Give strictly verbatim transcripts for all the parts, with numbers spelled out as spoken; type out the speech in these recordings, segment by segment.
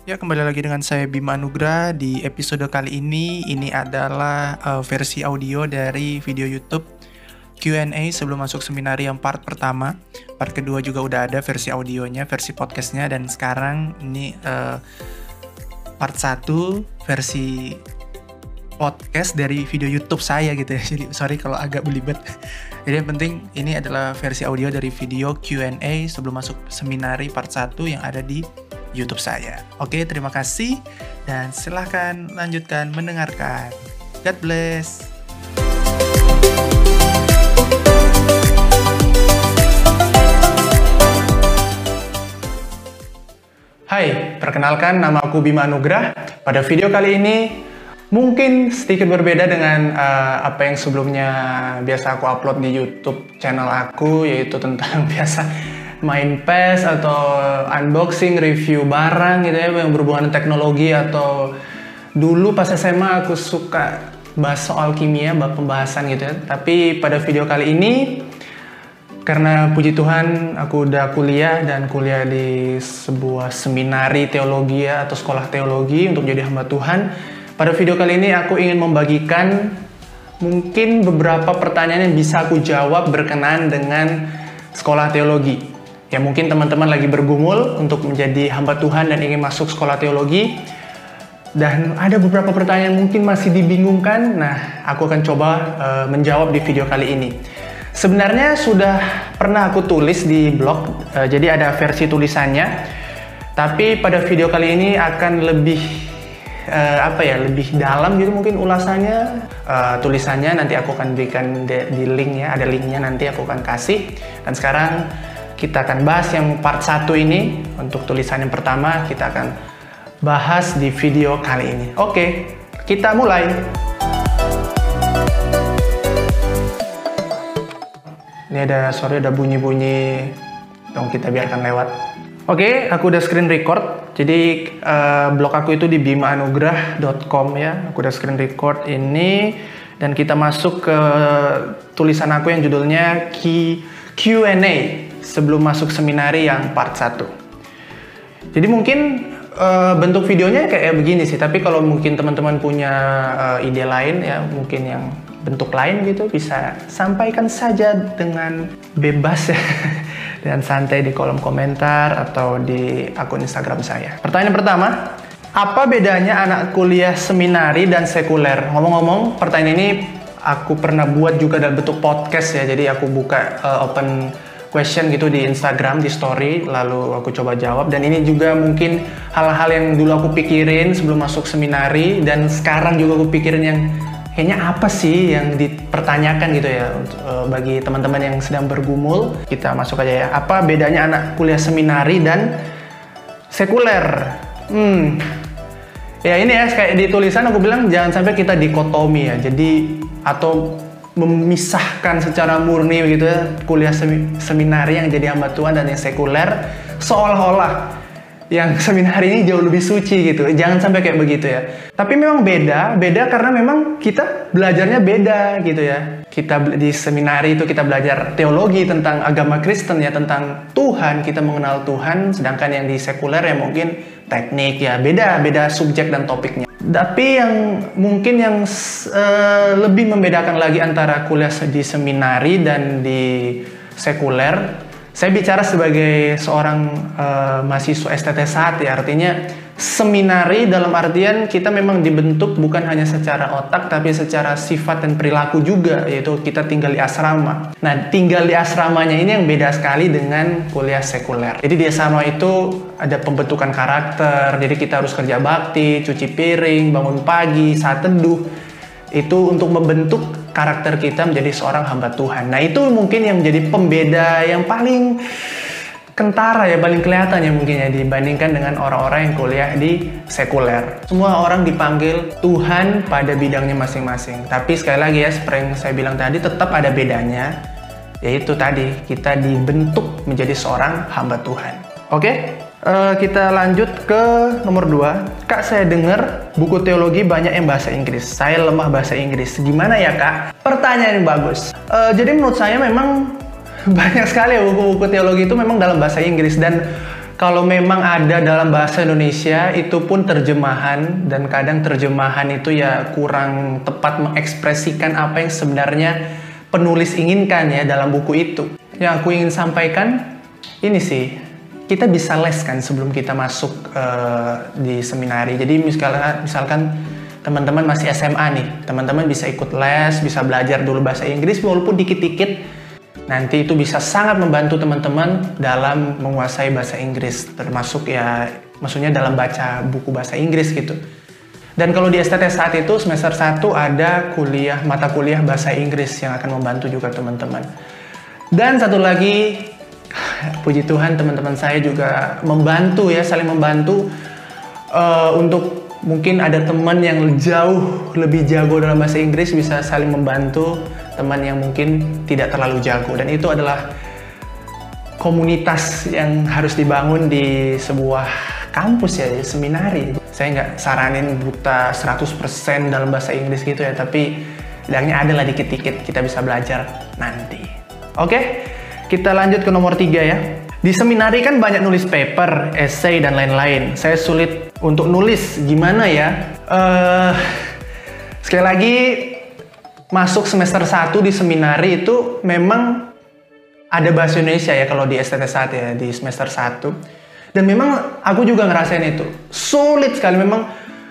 Ya, kembali lagi dengan saya Bima Anugrah. Di episode kali ini, ini adalah uh, versi audio dari video YouTube Q and A sebelum masuk seminari yang part pertama. Part kedua juga udah ada versi audionya, versi podcastnya, dan sekarang ini uh, part satu versi podcast dari video YouTube saya gitu ya. Jadi sorry kalau agak belibet. Jadi yang penting ini adalah versi audio dari video Q and A sebelum masuk seminari part satu yang ada di YouTube saya. Oke, terima kasih dan silahkan lanjutkan mendengarkan. God bless. Hai, perkenalkan nama aku Bima Anugrah. Pada video kali ini mungkin sedikit berbeda dengan uh, apa yang sebelumnya biasa aku upload di YouTube channel aku, yaitu tentang biasa main P E S atau unboxing, review barang gitu ya, yang berhubungan dengan teknologi. Atau dulu pas S M A aku suka bahas soal kimia, bahas pembahasan gitu ya. Tapi pada video kali ini, karena puji Tuhan aku udah kuliah dan kuliah di sebuah seminari teologi ya, atau sekolah teologi untuk jadi hamba Tuhan. Pada video kali ini aku ingin membagikan mungkin beberapa pertanyaan yang bisa aku jawab berkenaan dengan sekolah teologi. Ya mungkin teman-teman lagi bergumul untuk menjadi hamba Tuhan dan ingin masuk sekolah teologi. Dan ada beberapa pertanyaan yang mungkin masih dibingungkan. Nah, aku akan coba uh, menjawab di video kali ini. Sebenarnya sudah pernah aku tulis di blog, uh, jadi ada versi tulisannya. Tapi pada video kali ini akan lebih uh, apa ya, lebih dalam gitu mungkin ulasannya. Uh, tulisannya nanti aku akan berikan di, di link ya, ada linknya nanti aku akan kasih. Dan sekarang kita akan bahas yang part satu ini. Untuk tulisan yang pertama kita akan bahas di video kali ini. Oke, kita mulai. Ini ada, sorry ada bunyi-bunyi, dong kita biarkan lewat. Oke, aku udah screen record. Jadi uh, blog aku itu di bima anugrah dot com ya. Aku udah screen record ini dan kita masuk ke tulisan aku yang judulnya Q and A sebelum masuk seminari yang part satu. Jadi mungkin uh, bentuk videonya kayak begini sih, tapi kalau mungkin teman-teman punya uh, ide lain ya, mungkin yang bentuk lain gitu, bisa sampaikan saja dengan bebas ya, dan santai di kolom komentar atau di akun Instagram saya. Pertanyaan pertama, apa bedanya anak kuliah seminari dan sekuler? Ngomong-ngomong, pertanyaan ini aku pernah buat juga dalam bentuk podcast ya, jadi aku buka uh, open question gitu di Instagram, di story, lalu aku coba jawab. Dan ini juga mungkin hal-hal yang dulu aku pikirin sebelum masuk seminari, dan sekarang juga aku pikirin yang kayaknya apa sih yang dipertanyakan gitu ya, untuk, uh, bagi teman-teman yang sedang bergumul. Kita masuk aja ya, apa bedanya anak kuliah seminari dan sekuler? Hmm, ya ini ya, kayak di tulisan aku bilang jangan sampai kita dikotomi ya, jadi atau memisahkan secara murni gitu ya, kuliah seminari yang jadi hamba Tuhan dan yang sekuler, seolah-olah yang seminari ini jauh lebih suci gitu. Jangan sampai kayak begitu ya. Tapi memang beda, beda karena memang kita belajarnya beda gitu ya. Kita di seminari itu kita belajar teologi tentang agama Kristen ya, tentang Tuhan, kita mengenal Tuhan, sedangkan yang di sekuler ya mungkin teknik ya, beda, beda subjek dan topiknya. Tapi yang mungkin yang uh, lebih membedakan lagi antara kuliah di seminari dan di sekuler, saya bicara sebagai seorang uh, mahasiswa S T T Sat ya, artinya seminari dalam artian kita memang dibentuk bukan hanya secara otak tapi secara sifat dan perilaku juga, yaitu kita tinggal di asrama. Nah, tinggal di asramanya ini yang beda sekali dengan kuliah sekuler. Jadi di asrama itu ada pembentukan karakter, jadi kita harus kerja bakti, cuci piring, bangun pagi, saat teduh. Itu untuk membentuk karakter kita menjadi seorang hamba Tuhan. Nah, itu mungkin yang menjadi pembeda yang paling kentara ya, paling kelihatan ya mungkin ya, dibandingkan dengan orang-orang yang kuliah di sekuler. Semua orang dipanggil Tuhan pada bidangnya masing-masing. Tapi sekali lagi ya, seperti yang saya bilang tadi, tetap ada bedanya, yaitu tadi kita dibentuk menjadi seorang hamba Tuhan. Oke? Uh, kita lanjut ke nomor dua. Kak, saya dengar buku teologi banyak yang bahasa Inggris. Saya lemah bahasa Inggris. Gimana ya, Kak? Pertanyaan yang bagus. Uh, jadi menurut saya memang banyak sekali ya buku-buku teologi itu memang dalam bahasa Inggris. Dan kalau memang ada dalam bahasa Indonesia, itu pun terjemahan, dan kadang terjemahan itu ya kurang tepat mengekspresikan apa yang sebenarnya penulis inginkan ya dalam buku itu. Yang aku ingin sampaikan ini sih, kita bisa les kan sebelum kita masuk uh, di seminari. Jadi misalkan, misalkan teman-teman masih S M A nih, teman-teman bisa ikut les, bisa belajar dulu bahasa Inggris walaupun dikit-dikit. Nanti itu bisa sangat membantu teman-teman dalam menguasai bahasa Inggris, termasuk ya maksudnya dalam baca buku bahasa Inggris gitu. Dan kalau di S T T saat itu semester satu ada kuliah mata kuliah bahasa Inggris yang akan membantu juga teman-teman. Dan satu lagi, puji Tuhan teman-teman saya juga membantu ya, saling membantu uh, untuk mungkin ada teman yang jauh lebih jago dalam bahasa Inggris, bisa saling membantu teman yang mungkin tidak terlalu jago. Dan itu adalah komunitas yang harus dibangun di sebuah kampus ya, di seminari. Saya nggak saranin buta seratus persen dalam bahasa Inggris gitu ya, tapi setidaknya adalah dikit-dikit kita bisa belajar nanti. Oke, kita lanjut ke nomor tiga ya. Di seminari kan banyak nulis paper, essay, dan lain-lain. Saya sulit untuk nulis, gimana ya? Uh, sekali lagi, masuk semester satu di seminari itu memang ada bahasa Indonesia ya kalau di S T T saat ya, di semester satu. Dan memang aku juga ngerasain itu. Sulit sekali, memang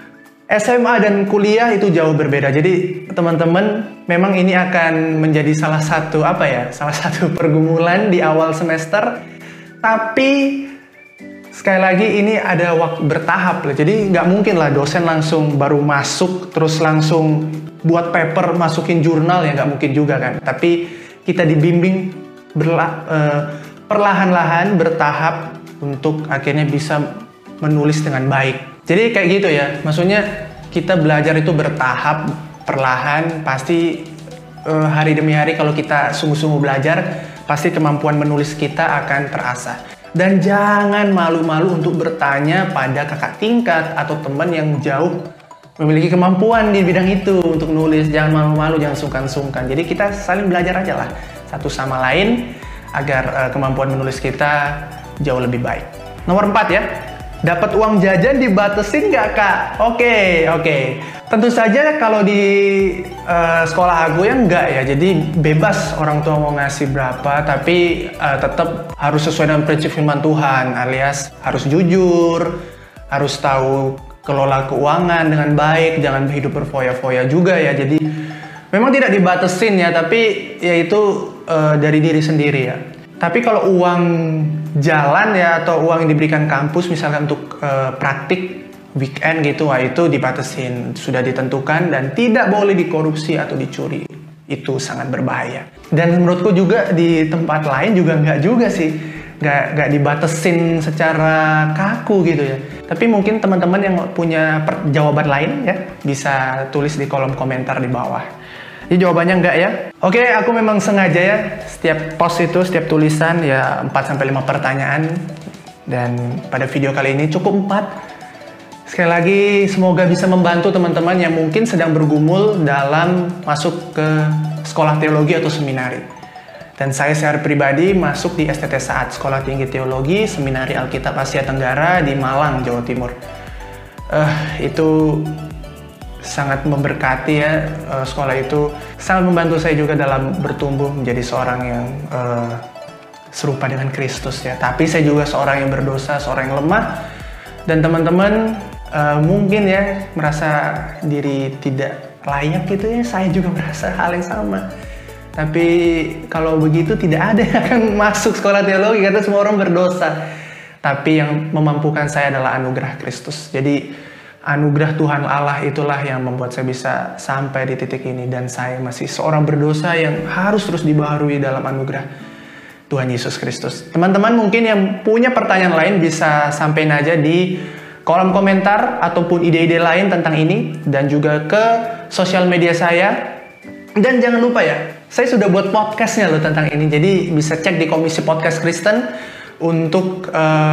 S M A dan kuliah itu jauh berbeda. Jadi teman-teman, memang ini akan menjadi salah satu apa ya? Salah satu pergumulan di awal semester. Tapi sekali lagi ini ada waktu bertahap lah. Jadi nggak mungkin lah dosen langsung baru masuk terus langsung buat paper masukin jurnal, ya nggak mungkin juga kan. Tapi kita dibimbing berla, uh, perlahan-lahan bertahap untuk akhirnya bisa menulis dengan baik. Jadi kayak gitu ya. Maksudnya kita belajar itu bertahap, perlahan. Pasti uh, hari demi hari kalau kita sungguh-sungguh belajar, pasti kemampuan menulis kita akan terasah. Dan jangan malu-malu untuk bertanya pada kakak tingkat atau teman yang jauh memiliki kemampuan di bidang itu untuk nulis. Jangan malu-malu, jangan sungkan-sungkan. Jadi kita saling belajar aja lah satu sama lain agar uh, kemampuan menulis kita jauh lebih baik. Nomor empat ya. Dapat uang jajan dibatasin nggak kak? Oke, okay, oke. Okay. Tentu saja kalau di uh, sekolah aku ya enggak ya. Jadi bebas orang tua mau ngasih berapa, tapi uh, tetap harus sesuai dengan prinsip firman Tuhan, alias harus jujur, harus tahu kelola keuangan dengan baik, jangan hidup berfoya-foya juga ya. Jadi memang tidak dibatasin ya, tapi ya itu uh, dari diri sendiri ya. Tapi kalau uang jalan ya atau uang yang diberikan kampus misalkan untuk uh, praktik weekend gitu, wah itu dibatasin, sudah ditentukan dan tidak boleh dikorupsi atau dicuri. Itu sangat berbahaya. Dan menurutku juga di tempat lain juga nggak juga sih, nggak nggak dibatasin secara kaku gitu ya. Tapi mungkin teman-teman yang punya jawaban lain ya bisa tulis di kolom komentar di bawah. Jadi jawabannya enggak ya. Oke, aku memang sengaja ya setiap post itu, setiap tulisan ya empat sampai lima pertanyaan. Dan pada video kali ini cukup empat. Sekali lagi semoga bisa membantu teman-teman yang mungkin sedang bergumul dalam masuk ke sekolah teologi atau seminari. Dan saya secara pribadi masuk di S T T Saat, Sekolah Tinggi Teologi, Seminari Alkitab Asia Tenggara di Malang, Jawa Timur. Uh, itu sangat memberkati ya, uh, sekolah itu sangat membantu saya juga dalam bertumbuh menjadi seorang yang uh, serupa dengan Kristus ya. Tapi saya juga seorang yang berdosa, seorang yang lemah, dan teman-teman uh, mungkin ya merasa diri tidak layak gitu ya. Saya juga merasa hal yang sama. Tapi kalau begitu tidak ada yang akan masuk sekolah teologi karena semua orang berdosa. Tapi yang memampukan saya adalah anugerah Kristus. Jadi anugerah Tuhan Allah itulah yang membuat saya bisa sampai di titik ini. Dan saya masih seorang berdosa yang harus terus dibaharui dalam anugerah Tuhan Yesus Kristus. Teman-teman mungkin yang punya pertanyaan lain bisa sampaikan aja di kolom komentar ataupun ide-ide lain tentang ini. Dan juga ke sosial media saya. Dan jangan lupa ya, saya sudah buat podcastnya loh tentang ini. Jadi bisa cek di Komisi Podcast Kristen untuk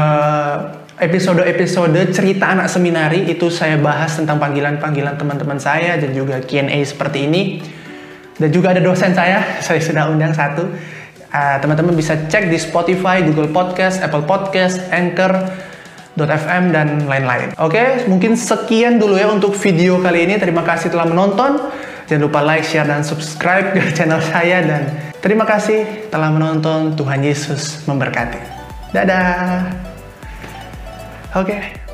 Uh, episode-episode cerita anak seminari. Itu saya bahas tentang panggilan-panggilan teman-teman saya dan juga Q and A seperti ini. Dan juga ada dosen saya, saya sudah undang satu. Uh, teman-teman bisa cek di Spotify, Google Podcast, Apple Podcast, Anchor F M dan lain-lain. Oke, mungkin sekian dulu ya untuk video kali ini. Terima kasih telah menonton. Jangan lupa like, share, dan subscribe ke channel saya. Dan terima kasih telah menonton. Tuhan Yesus memberkati. Dadah. Oke.